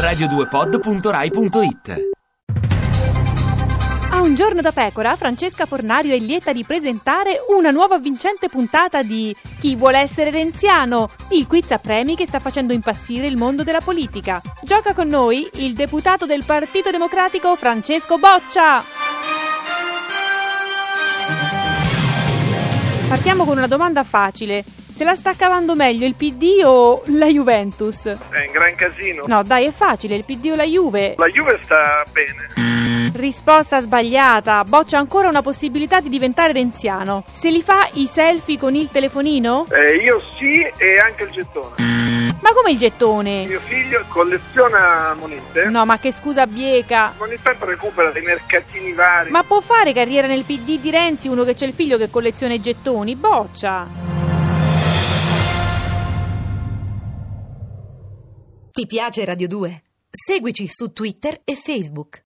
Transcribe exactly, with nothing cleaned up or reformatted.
radio due pod punto rai punto it. A Un giorno da pecora, Francesca Fornario è lieta di presentare una nuova vincente puntata di Chi vuole essere renziano, il quiz a premi che sta facendo impazzire il mondo della politica. Gioca con noi il deputato del Partito Democratico Francesco Boccia. Partiamo con una domanda facile. Se la sta cavando meglio il P D o la Juventus? È un gran casino. No, dai, è facile, il P D o la Juve? La Juve sta bene. Risposta sbagliata. Boccia ha ancora una possibilità di diventare renziano. Se li fa i selfie con il telefonino? Eh, io sì, e anche il gettone. Ma come il gettone? Mio figlio colleziona monete. No, ma che scusa bieca. Ogni tanto recupera dei mercatini vari. Ma può fare carriera nel P D di Renzi uno che c'è il figlio che colleziona i gettoni? Boccia. Ti piace Radio due? Seguici su Twitter e Facebook.